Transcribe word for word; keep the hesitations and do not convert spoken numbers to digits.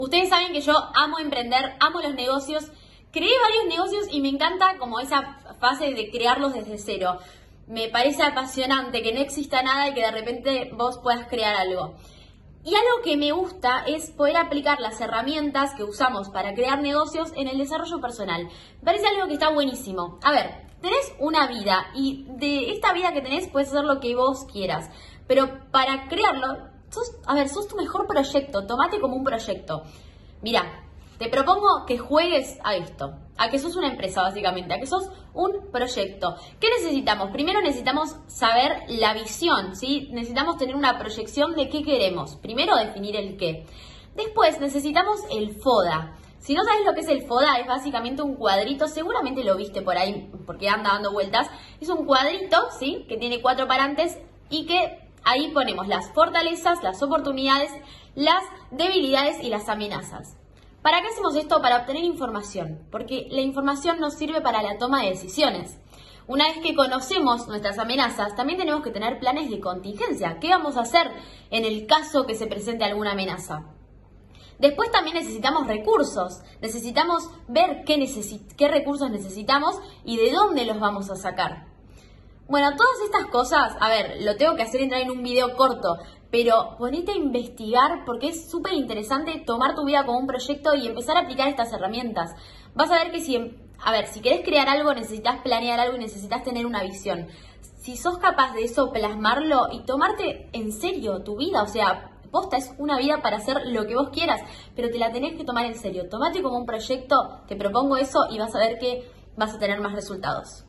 Ustedes saben que yo amo emprender, amo los negocios. Creé varios negocios y me encanta como esa fase de crearlos desde cero. Me parece apasionante que no exista nada y que de repente vos puedas crear algo. Y algo que me gusta es poder aplicar las herramientas que usamos para crear negocios en el desarrollo personal. Me parece algo que está buenísimo. A ver, tenés una vida y de esta vida que tenés puedes hacer lo que vos quieras. Pero para crearlo, sos, a ver, sos tu mejor proyecto. Tomate como un proyecto. Mirá, te propongo que juegues a esto, a que sos una empresa básicamente, a que sos un proyecto. ¿Qué necesitamos? Primero necesitamos saber la visión, ¿sí? Necesitamos tener una proyección de qué queremos. Primero definir el qué. Después necesitamos el FODA. Si no sabes lo que es el FODA, es básicamente un cuadrito, seguramente lo viste por ahí porque anda dando vueltas. Es un cuadrito, ¿sí? Que tiene cuatro parantes y que ahí ponemos las fortalezas, las oportunidades, las debilidades y las amenazas. ¿Para qué hacemos esto? Para obtener información, porque la información nos sirve para la toma de decisiones. Una vez que conocemos nuestras amenazas, también tenemos que tener planes de contingencia. ¿Qué vamos a hacer en el caso que se presente alguna amenaza? Después también necesitamos recursos. Necesitamos ver qué, necesi- qué recursos necesitamos y de dónde los vamos a sacar. Bueno, todas estas cosas, a ver, lo tengo que hacer entrar en un video corto, pero ponete a investigar porque es súper interesante tomar tu vida como un proyecto y empezar a aplicar estas herramientas. Vas a ver que si, a ver, si querés crear algo necesitas planear algo y necesitas tener una visión. Si sos capaz de eso, plasmarlo y tomarte en serio tu vida, o sea, posta es una vida para hacer lo que vos quieras, pero te la tenés que tomar en serio. Tomate como un proyecto, te propongo eso y vas a ver que vas a tener más resultados.